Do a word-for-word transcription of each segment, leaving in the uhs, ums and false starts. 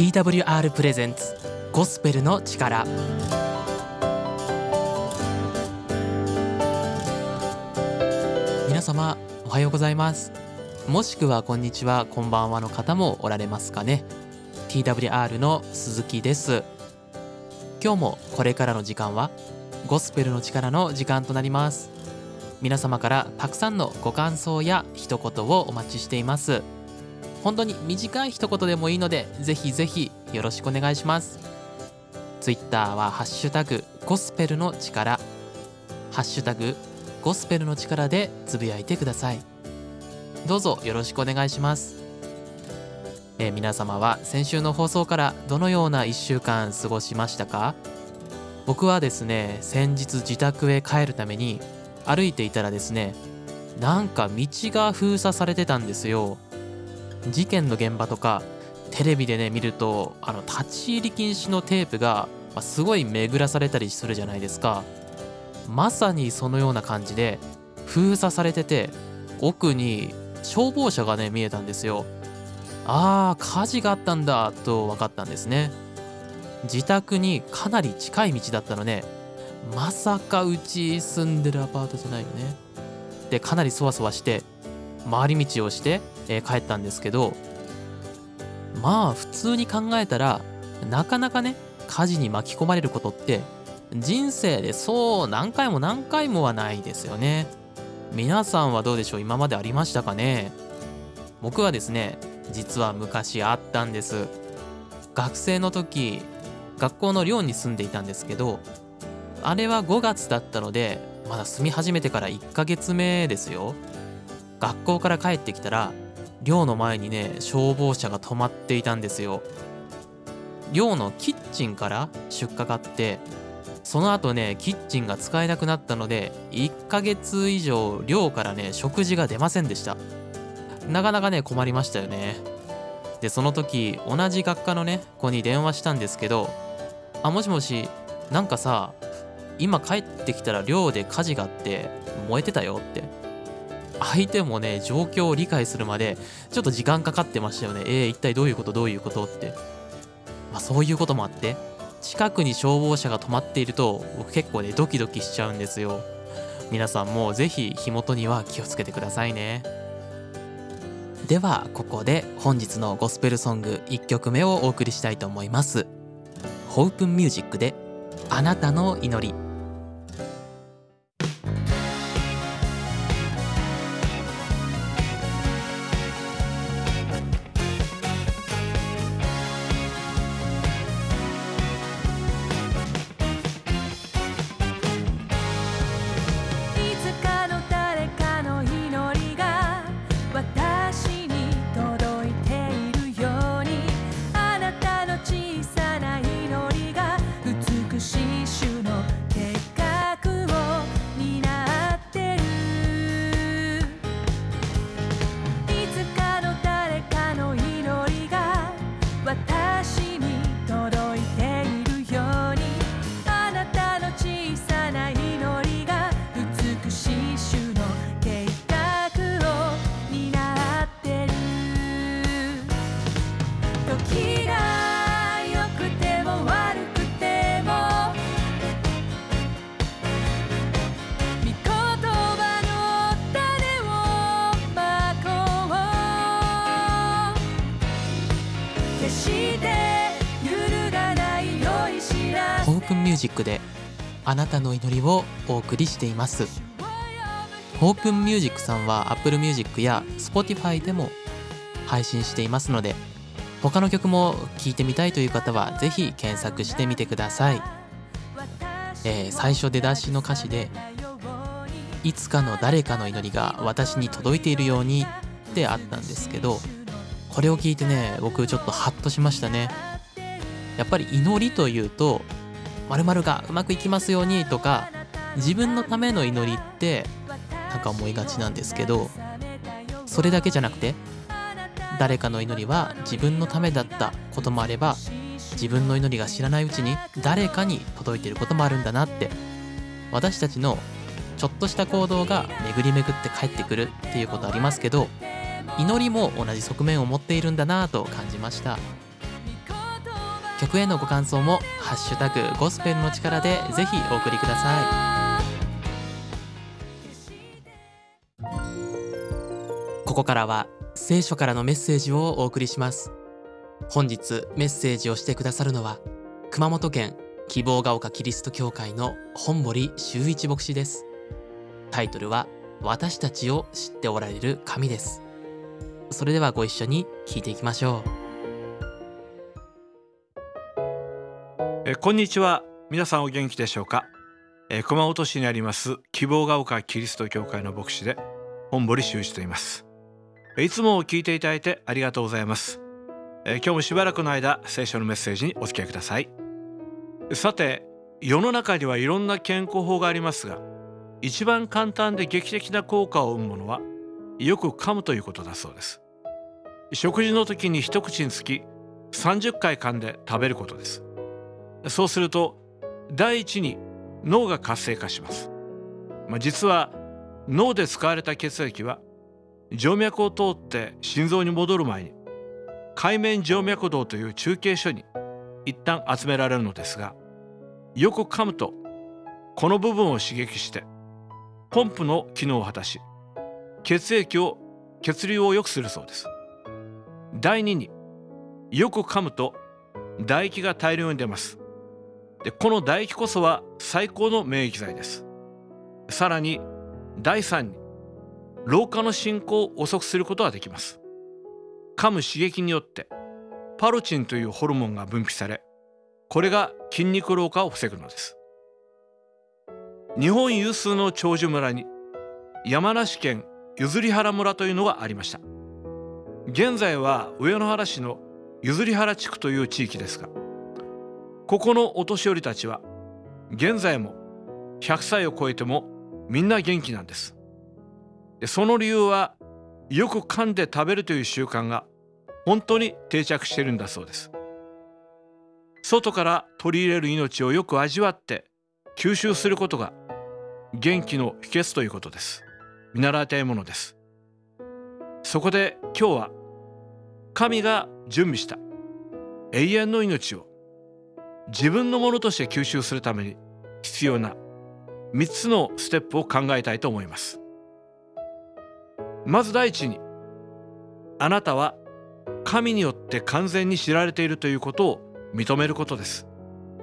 ティーダブリューアール プレゼンツゴスペルの力。皆様おはようございます。もしくはこんにちは、こんばんはの方もおられますかね。 ティーダブリューアール の鈴木です。今日もこれからの時間はゴスペルの力の時間となります。皆様からたくさんのご感想や一言をお待ちしています。本当に短い一言でもいいので、ぜひぜひよろしくお願いします。ツイッターはハッシュタグゴスペルの力、ハッシュタグゴスペルの力でつぶやいてください。どうぞよろしくお願いします。えー、皆様は先週の放送からどのようないっしゅうかん過ごしましたか？僕はですね、先日自宅へ帰るために歩いていたらですね、なんか道が封鎖されてたんですよ。事件の現場とかテレビでね見ると、あの立ち入り禁止のテープが、まあ、すごい巡らされたりするじゃないですか。まさにそのような感じで封鎖されてて、奥に消防車がね見えたんですよ。あー、火事があったんだと分かったんですね。自宅にかなり近い道だったので、まさかうち住んでるアパートじゃないよねで、かなりそわそわして回り道をして、えー帰ったんですけど、まあ普通に考えたらなかなかね火事に巻き込まれることって人生でそう何回も何回もはないですよね。皆さんはどうでしょう？今までありましたかね？僕はですね、実は昔あったんです。学生の時、学校の寮に住んでいたんですけど、あれはごがつだったので、まだ住み始めてからいっかげつめですよ。学校から帰ってきたら寮の前にね消防車が止まっていたんですよ。寮のキッチンから出火があって、その後ねキッチンが使えなくなったのでいっかげつ以上寮からね食事が出ませんでした。なかなかね困りましたよね。でその時同じ学科のね子に電話したんですけど、あ、もしもし、なんかさ、今帰ってきたら寮で火事があって燃えてたよって。相手もね状況を理解するまでちょっと時間かかってましたよね。えー、一体どういうことどういうことって。まあそういうこともあって、近くに消防車が止まっていると僕結構ねドキドキしちゃうんですよ。皆さんもぜひ火元には気をつけてくださいね。ではここで本日のゴスペルソングいっきょくめをお送りしたいと思います。ホープンミュージックであなたの祈り。 いつかの誰かの祈りが私に届いているように、あなたの小さな祈りが美しい主の計画を担ってる。いつかの誰かの祈りが私に届いているように、あなたの小さな祈りが美しい主の計画を担ってる。時が良くても悪くても御言葉の種をまこう。決して揺るがない良い知らせ。 オープンミュージックであなたの祈りをお送りしています。オープンミュージックさんは Apple Music や Spotify でも配信していますので、他の曲も聴いてみたいという方はぜひ検索してみてください。えー最初出だしの歌詞で、いつかの誰かの祈りが私に届いているようにってあったんですけど、これを聞いてね僕ちょっとハッとしましたね。やっぱり祈りというと、〇〇がうまくいきますようにとか自分のための祈りってなんか思いがちなんですけど、それだけじゃなくて誰かの祈りは自分のためだったこともあれば、自分の祈りが知らないうちに誰かに届いていることもあるんだなって、私たちのちょっとした行動が巡り巡って帰ってくるっていうことありますけど、祈りも同じ側面を持っているんだなと感じました。 曲へのご感想もハッシュタグゴスペルの力でぜひお送りください。ここからは聖書からのメッセージをお送りします。本日メッセージをしてくださるのは熊本県希望が丘キリスト教会の本堀修一牧師です。タイトルは私たちを知っておられる神です。それではご一緒に聞いていきましょう。 えこんにちは。皆さんお元気でしょうか。え熊本市にあります希望が丘キリスト教会の牧師で本堀修一と言います。いつも聞いていただいてありがとうございます。え今日もしばらくの間聖書のメッセージにお付き合いください。さて、世の中にはいろんな健康法がありますが、一番簡単で劇的な効果を生むものはよく噛むということだそうです。食事の時に一口につきさんじゅっかい噛んで食べることです。そうすると第一に脳が活性化します。まあ、実は脳で使われた血液は静脈を通って心臓に戻る前に界面静脈動という中継所に一旦集められるのですが、よく噛むとこの部分を刺激してポンプの機能を果たし、血液を血流を良くするそうです。第二によく噛むと唾液が大量に出ます。でこの唾液こそは最高の免疫剤です。さらに第三に老化の進行を遅くすることができます。噛む刺激によってパルチンというホルモンが分泌され、これが筋肉老化を防ぐのです。日本有数の長寿村に山梨県譲原村というのがありました。現在は上野原市の譲原地区という地域ですが、ここのお年寄りたちは現在もひゃくさいを超えてもみんな元気なんです。でその理由はよく噛んで食べるという習慣が本当に定着しているんだそうです。外から取り入れる命をよく味わって吸収することが元気の秘訣ということです。見習いたいものです。そこで今日は神が準備した永遠の命を自分のものとして吸収するために必要なみっつのステップを考えたいと思います。まず第一に、あなたは神によって完全に知られているということを認めることです。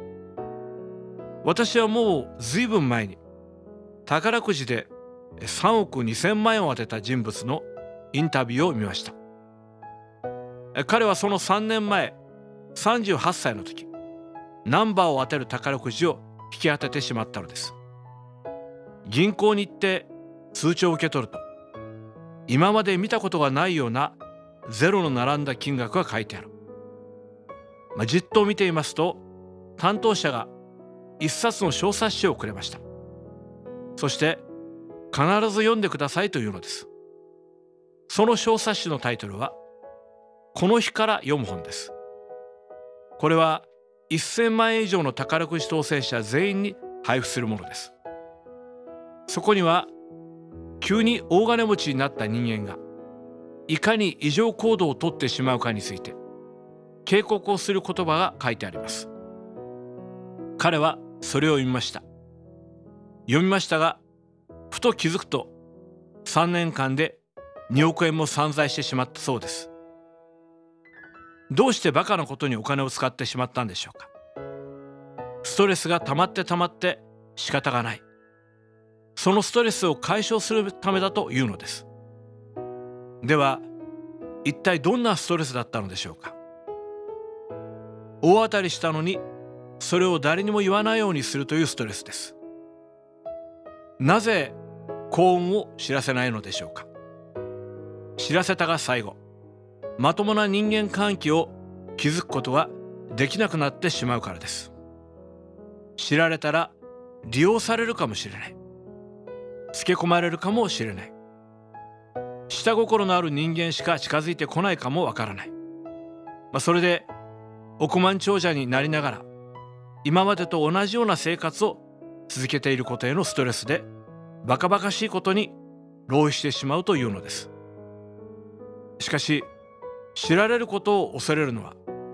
私はもうずいぶん前に宝くじでさんおくにせんまんえんを当てた人物のインタビューを見ました。彼はそのさんねんまえさんじゅうはっさいの時、ナンバーを当てる宝くじを引き当ててしまったのです。銀行に行って通帳を受け取ると、今まで見たことがないようなゼロの並んだ金額が書いてある。まあ、じっと見ていますと、担当者が一冊の小冊子をくれました。そして必ず読んでくださいというのです。その小冊子のタイトルはこの日から読む本です。これはせんまんえん以上の宝くじ当選者全員に配布するものです。そこには急に大金持ちになった人間がいかに異常行動をとってしまうかについて警告をする言葉が書いてあります。彼はそれを読みました。読みましたが、ふと気づくとさんねんかんでにおくえんも散財してしまったそうです。どうしてバカなことにお金を使ってしまったんでしょうか。ストレスが溜まって溜まって仕方がない。そのストレスを解消するためだというのです。では一体どんなストレスだったのでしょうか。大当たりしたのにそれを誰にも言わないようにするというストレスです。なぜ幸運を知らせないのでしょうか。知らせたが最後、まともな人間関係を築くことができなくなってしまうからです。知られたら利用されるかもしれない。つけ込まれるかもしれない。下心のある人間しか近づいてこないかもわからない。まあ、それで億万長者になりながら今までと同じような生活を続けていることへのストレスでバカバカしいことに浪費してしまうというのです。しかし知られることを恐れるのは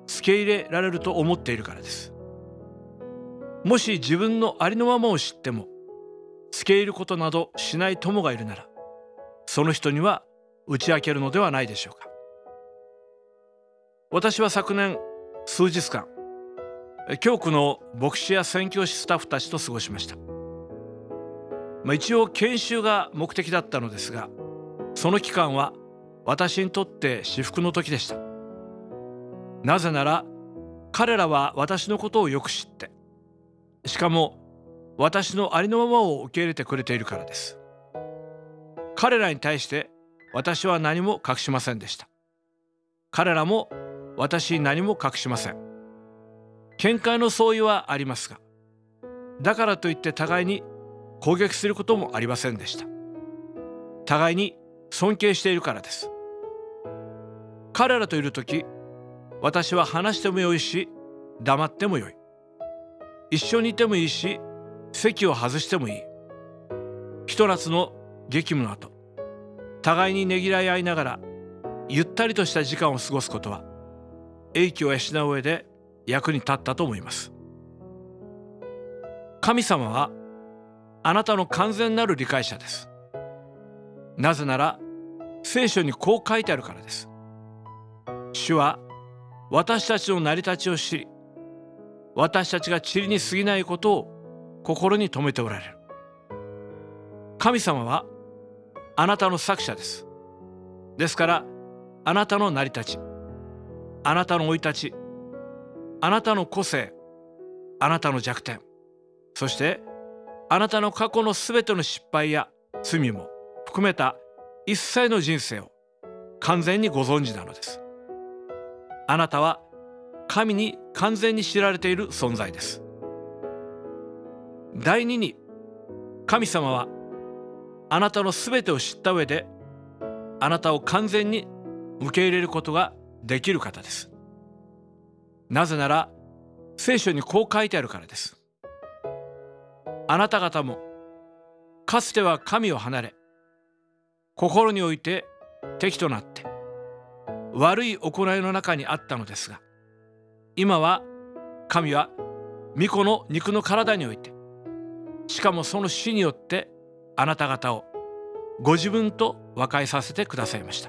付け入れられると思っているからです。もし自分のありのままを知っても付け入ることなどしない友がいるなら、その人には打ち明けるのではないでしょうか。私は昨年数日間、教区の牧師や宣教師スタッフたちと過ごしました。まあ、一応研修が目的だったのですが、その期間は私にとって至福の時でした。なぜなら彼らは私のことをよく知って、しかも私のありのままを受け入れてくれているからです。彼らに対して私は何も隠しませんでした。彼らも私に何も隠しません。見解の相違はありますが、だからといって互いに攻撃することもありませんでした。互いに尊敬しているからです。彼らといるとき、私は話してもよいし、黙ってもよい。一緒にいてもいいし、席を外してもいい。ひと夏の激務の後、互いにねぎらい合いながらゆったりとした時間を過ごすことは、英気を養う上で役に立ったと思います。神様はあなたの完全なる理解者です。なぜなら聖書にこう書いてあるからです。主は私たちの成り立ちを知り、私たちが塵に過ぎないことを心に留めておられる。神様はあなたの作者です。ですからあなたの成り立ち、あなたの生い立ち、あなたの個性、あなたの弱点、そしてあなたの過去のすべての失敗や罪も含めた一切の人生を完全にご存知なのです。あなたは神に完全に知られている存在です。第二に、神様はあなたのすべてを知った上であなたを完全に受け入れることができる方です。なぜなら聖書にこう書いてあるからです。あなた方もかつては神を離れ、心において敵となって悪い行いの中にあったのですが、今は神は御子の肉の体において、しかもその死によってあなた方をご自分と和解させてくださいました。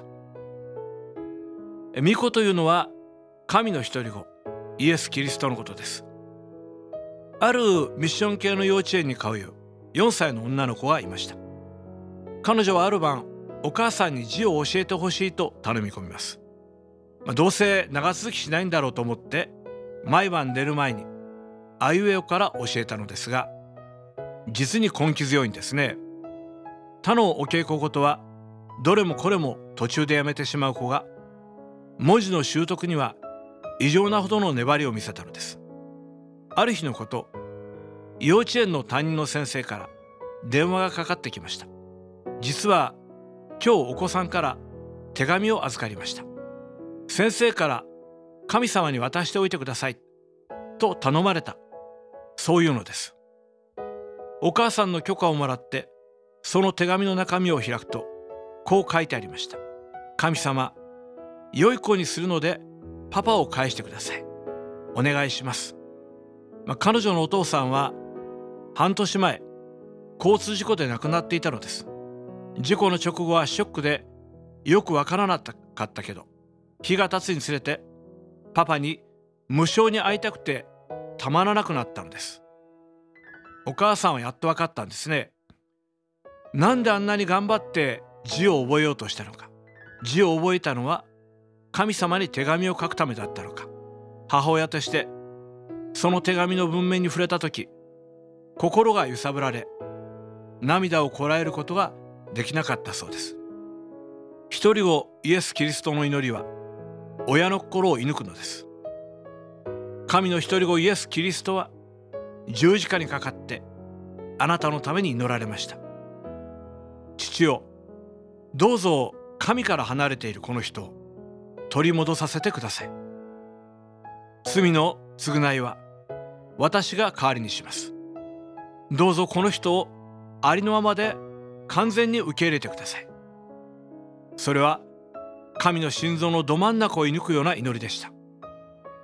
御子というのは神の一人子イエス・キリストのことです。あるミッション系の幼稚園に通うよんさいの女の子がいました。彼女はある晩、お母さんに字を教えてほしいと頼み込みます。まあ、どうせ長続きしないんだろうと思って毎晩寝る前にあいうえおから教えたのですが、実に根気強いんですね。他のお稽古事はどれもこれも途中でやめてしまう子が、文字の習得には異常なほどの粘りを見せたのです。ある日のこと、幼稚園の担任の先生から電話がかかってきました。実は今日お子さんから手紙を預かりました。先生から神様に渡しておいてくださいと頼まれた、そういうのです。お母さんの許可をもらってその手紙の中身を開くと、こう書いてありました。神様、良い子にするのでパパを返してください。お願いします。まあ、彼女のお父さんは半年前交通事故で亡くなっていたのです。事故の直後はショックでよくわからなかったけど、日が経つにつれてパパに無性に会いたくてたまらなくなったのです。お母さんはやっとわかったんですね。なんであんなに頑張って字を覚えようとしたのか。字を覚えたのは神様に手紙を書くためだったのか。母親としてその手紙の文面に触れたとき、心が揺さぶられ、涙をこらえることができなかったそうです。一人子イエス・キリストの祈りは親の心を射抜くのです。神の一人子イエス・キリストは十字架にかかってあなたのために祈られました。父よ、どうぞ神から離れているこの人を取り戻させてください。罪の償いは私が代わりにします。どうぞこの人をありのままで完全に受け入れてください。それは神の心臓のど真ん中を射抜くような祈りでした。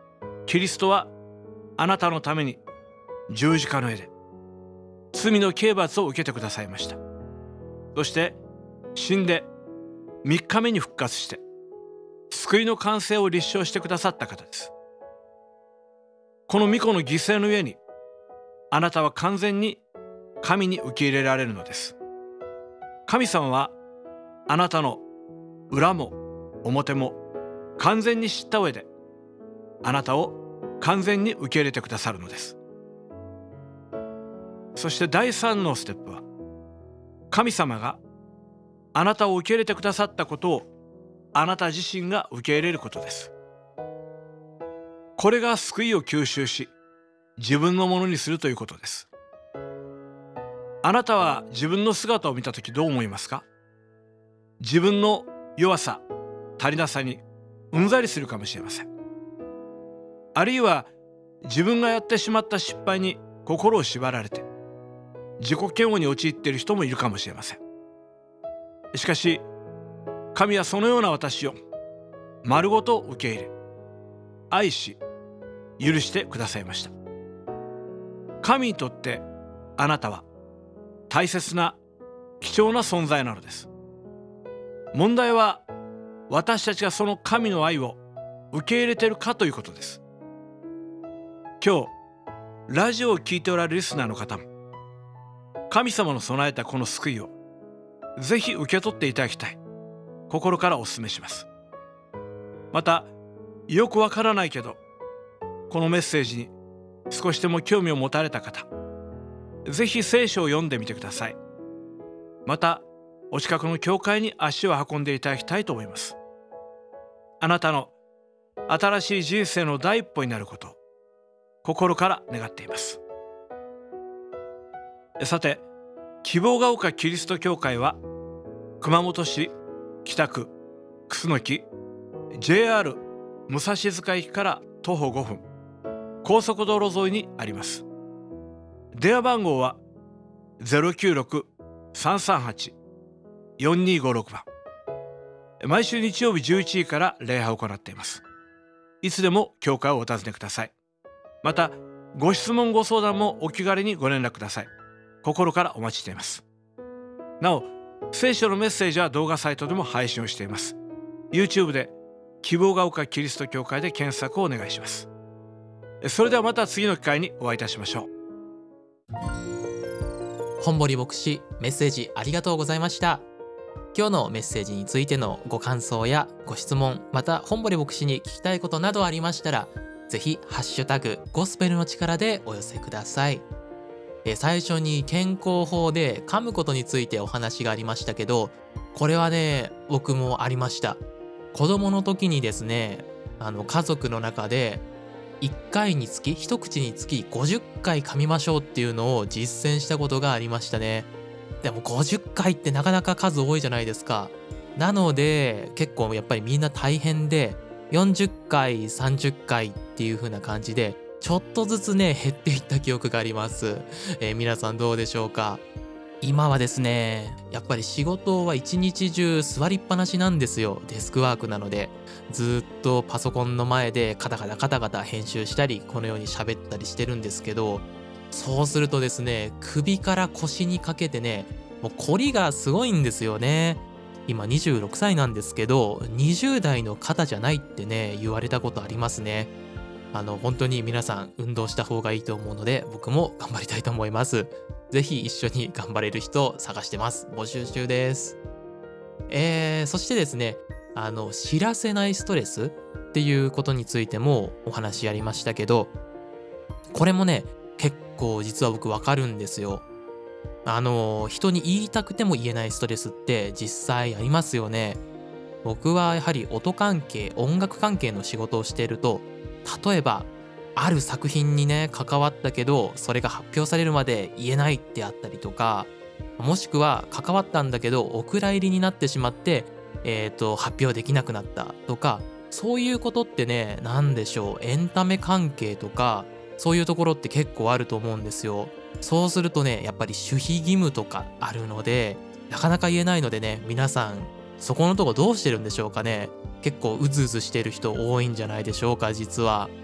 キリストはあなたのために十字架の上で罪の刑罰を受けてくださいました。そして死んでみっかめに復活して救いの完成を立証してくださった方です。この御子の犠牲の上にあなたは完全に神に受け入れられるのです。神様はあなたの裏も表も完全に知った上であなたを完全に受け入れてくださるのです。そして第三のステップは、神様があなたを受け入れてくださったことをあなた自身が受け入れることです。これが救いを吸収し自分のものにするということです。あなたは自分の姿を見たときどう思いますか？自分の弱さ、足りなさにうんざりするかもしれません。あるいは自分がやってしまった失敗に心を縛られて自己嫌悪に陥っている人もいるかもしれません。しかし神はそのような私を丸ごと受け入れ愛し許してくださいました。神にとってあなたは大切な貴重な存在なのです。問題は私たちがその神の愛を受け入れているかということです。今日ラジオを聞いておられるリスナーの方も神様の備えたこの救いをぜひ受け取っていただきたい、心からお勧めします。またよくわからないけどこのメッセージに少しでも興味を持たれた方、ぜひ聖書を読んでみてください。またお近くの教会に足を運んでいただきたいと思います。あなたの新しい人生の第一歩になることを心から願っています。さて、希望が丘キリスト教会は熊本市北区楠木 ジェイアール 武蔵塚駅から徒歩ごふん、高速道路沿いにあります。電話番号は ゼロきゅうろく さんさんはち よんにーごろく 番。毎週日曜日じゅういちじから礼拝を行っています。いつでも教会をお尋ねください。またご質問ご相談もお気軽にご連絡ください。心からお待ちしています。なお、聖書のメッセージは動画サイトでも配信をしています。 YouTube で希望が丘キリスト教会で検索をお願いします。それではまた次の機会にお会いいたしましょう。 本堀牧師、メッセージありがとうございました。今日のメッセージについてのご感想やご質問、また本堀牧師に聞きたいことなどありましたら、ぜひハッシュタグゴスペルの力でお寄せください。え最初に健康法で噛むことについてお話がありましたけど、これはね、僕もありました。子供の時にですね、あの家族の中でいっかいにつき一口につきごじゅっかい噛みましょうっていうのを実践したことがありましたね。でもごじゅっかいってなかなか数多いじゃないですか。なので結構やっぱりみんな大変で、よんじゅっかいさんじゅっかいっていう風な感じでちょっとずつね減っていった記憶があります。えー、皆さんどうでしょうか。今はですね、やっぱり仕事は一日中座りっぱなしなんですよ。デスクワークなので、ずっとパソコンの前でカタカタカタカタ編集したり、このように喋ったりしてるんですけど、そうするとですね、首から腰にかけてね、もう凝りがすごいんですよね。今にじゅうろくさいなんですけど、にじゅう代の方じゃないってね言われたことありますね。あの本当に皆さん運動した方がいいと思うので、僕も頑張りたいと思います。ぜひ一緒に頑張れる人を探してます。募集中です。えー、そしてですね、あの知らせないストレスっていうことについてもお話ありましたけど、これもね結構実は僕わかるんですよ。あの人に言いたくても言えないストレスって実際ありますよね。僕はやはり音関係、音楽関係の仕事をしていると、例えばある作品にね関わったけどそれが発表されるまで言えないってあったりとか、もしくは関わったんだけどお蔵入りになってしまって、えーと発表できなくなったとか、そういうことってね、なんでしょう、エンタメ関係とかそういうところって結構あると思うんですよ。そうするとね、やっぱり守秘義務とかあるのでなかなか言えないのでね、皆さんそこのとこどうしてるんでしょうかね。結構うずうずしてる人多いんじゃないでしょうか。実は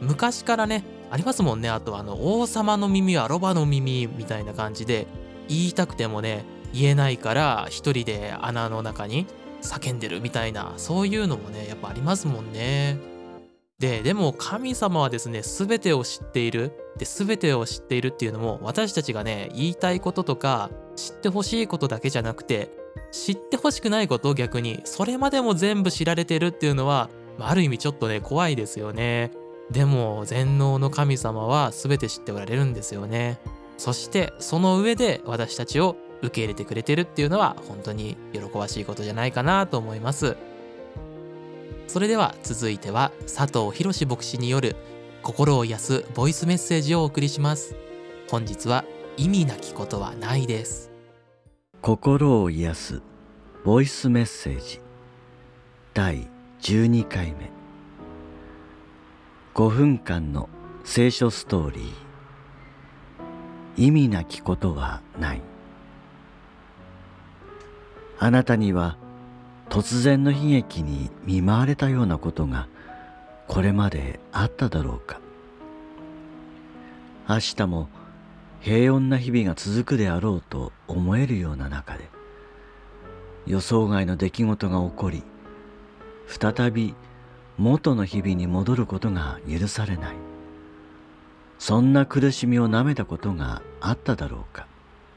昔からねありますもんね。あとあの王様の耳はロバの耳みたいな感じで、言いたくてもね言えないから一人で穴の中に叫んでるみたいな、そういうのもねやっぱありますもんね。ででも神様はですね、全てを知っている。で全てを知っているっていうのも、私たちがね言いたいこととか知ってほしいことだけじゃなくて、知ってほしくないことを逆にそれまでも全部知られてるっていうのは、まあある意味ちょっとね怖いですよね。でも全能の神様は全て知っておられるんですよね。そしてその上で私たちを受け入れてくれてるっていうのは、本当に喜ばしいことじゃないかなと思います。それでは続いては佐藤博牧師による心を癒すボイスメッセージをお送りします。本日は意味なきことはないです。 心を癒すボイスメッセージだいじゅうにかいめ、ごふんかんの聖書ストーリー、意味なきことはない。あなたには突然の悲劇に見舞われたようなことがこれまであっただろうか。明日も平穏な日々が続くであろうと思えるような中で、予想外の出来事が起こり、再び元の日々に戻ることが許されない。そんな苦しみをなめたことがあっただろうか。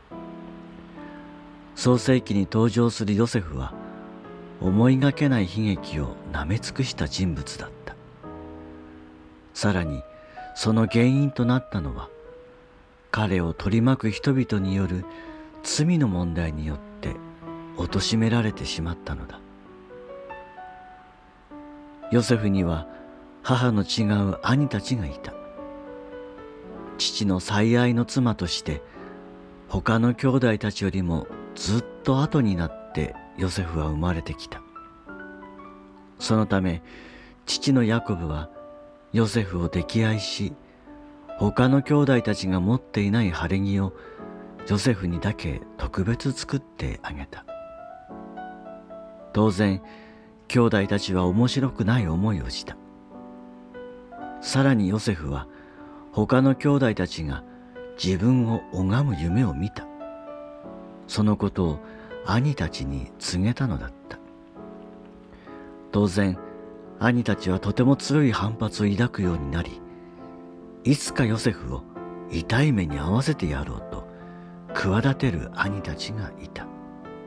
創世記に登場するヨセフは、思いがけない悲劇をなめ尽くした人物だった。さらにその原因となったのは、彼を取り巻く人々による罪の問題によって貶められてしまったのだ。ヨセフには母の違う兄たちがいた。父の最愛の妻として他の兄弟たちよりもずっと後になってヨセフは生まれてきた。そのため父のヤコブはヨセフを溺愛し、他の兄弟たちが持っていない晴れ着をヨセフにだけ特別作ってあげた。当然兄弟たちは面白くない思いをした。さらにヨセフは他の兄弟たちが自分を拝む夢を見た。そのことを兄たちに告げたのだった。当然兄たちはとても強い反発を抱くようになり、いつかヨセフを痛い目に遭わせてやろうと企てる兄たちがいた。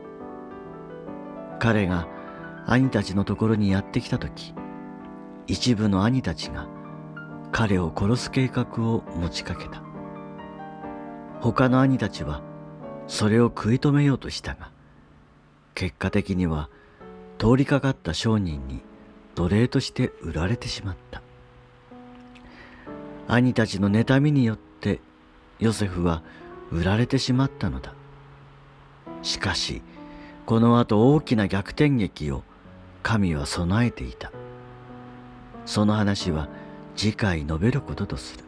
彼が兄たちのところにやってきたとき、一部の兄たちが彼を殺す計画を持ちかけた。他の兄たちはそれを食い止めようとしたが、結果的には通りかかった商人に奴隷として売られてしまった。兄たちの妬みによってヨセフは売られてしまったのだ。しかしこの後大きな逆転劇を神は備えていた。その話は次回述べることとする。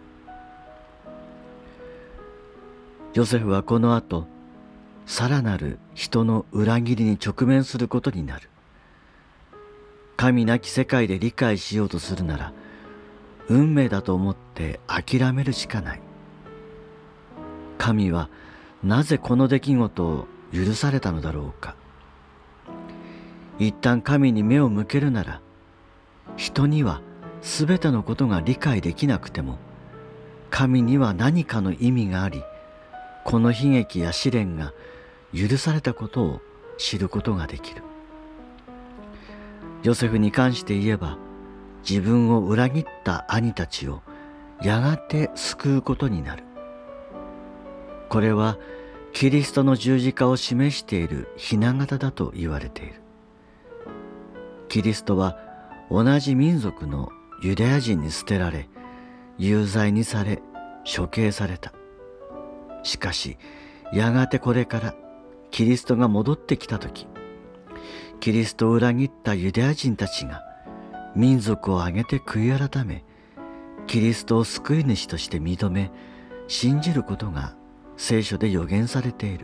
ヨセフはこの後さらなる人の裏切りに直面することになる。神なき世界で理解しようとするなら、運命だと思って諦めるしかない。神はなぜこの出来事を許されたのだろうか。一旦神に目を向けるなら、人にはすべてのことが理解できなくても、神には何かの意味があり、この悲劇や試練が許されたことを知ることができる。ヨセフに関して言えば、自分を裏切った兄たちをやがて救うことになる。これはキリストの十字架を示している雛形だと言われている。キリストは同じ民族のユダヤ人に捨てられ、有罪にされ処刑された。しかしやがてこれからキリストが戻ってきたとき、キリストを裏切ったユダヤ人たちが民族を挙げて悔い改め、キリストを救い主として認め信じることが聖書で予言されている。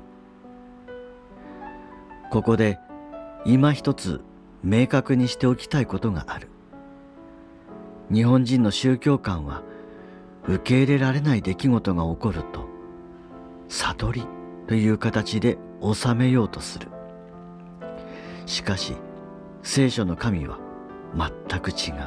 ここで今一つ明確にしておきたいことがある。 日本人の宗教観は受け入れられない出来事が起こると悟りという形で収めようとする。しかし聖書の神は全く違う。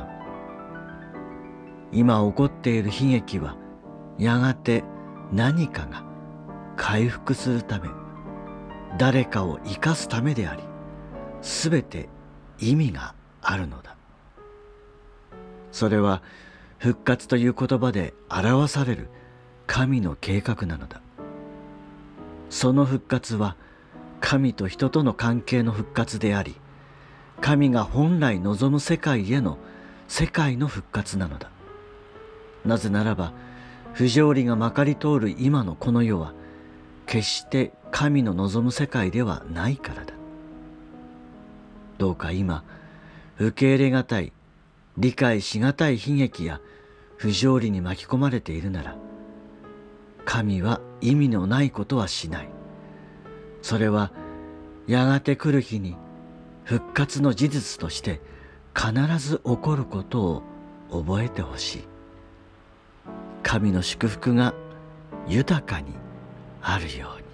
今起こっている悲劇はやがて何かが回復するため、誰かを生かすためであり、すべて意味があるのだ。それは復活という言葉で表される神の計画なのだ。その復活は神と人との関係の復活であり、神が本来望む世界への世界の復活なのだ。なぜならば不条理がまかり通る今のこの世は決して神の望む世界ではないからだ。どうか今受け入れがたい、理解しがたい悲劇や不条理に巻き込まれているなら、神は意味のないことはしない。それはやがて来る日に復活の事実として必ず起こることを覚えてほしい。神の祝福が豊かにあるように。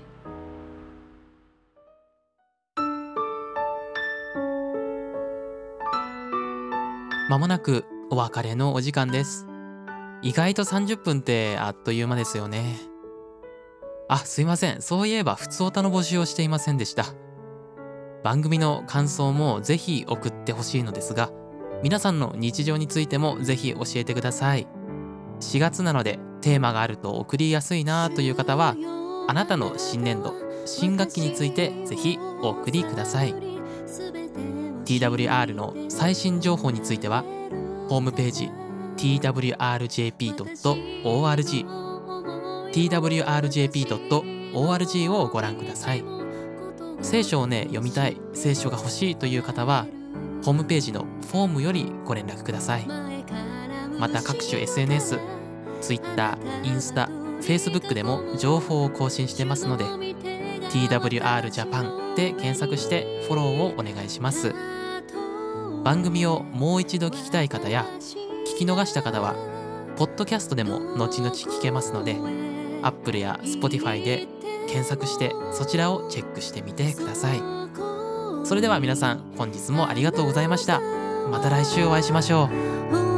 まもなくお別れのお時間です。意外とさんじゅっぷんってあっという間ですよね。あ、すいません。そういえばふつおたの募集をしていませんでした。番組の感想もぜひ送ってほしいのですが、皆さんの日常についてもぜひ教えてください。しがつなのでテーマがあると送りやすいなという方は、あなたの新年度、新学期についてぜひお送りください。ティーダブリューアール の最新情報については、ホームページ ティーダブリューアールジェーピードットオーアールジー ティーダブリューアールジェーピードットオーアールジー をご覧ください。聖書をね、読みたい、聖書が欲しいという方は、ホームページのフォームよりご連絡ください。また各種 エスエヌエス、Twitter、インスタ、Facebook でも情報を更新してますので、ティーダブリューアール Japan で検索してフォローをお願いします。番組をもう一度聞きたい方や聞き逃した方はポッドキャストでも後々聞けますので、 Apple や Spotify で検索してそちらをチェックしてみてください。それでは皆さん、本日もありがとうございました。また来週お会いしましょう。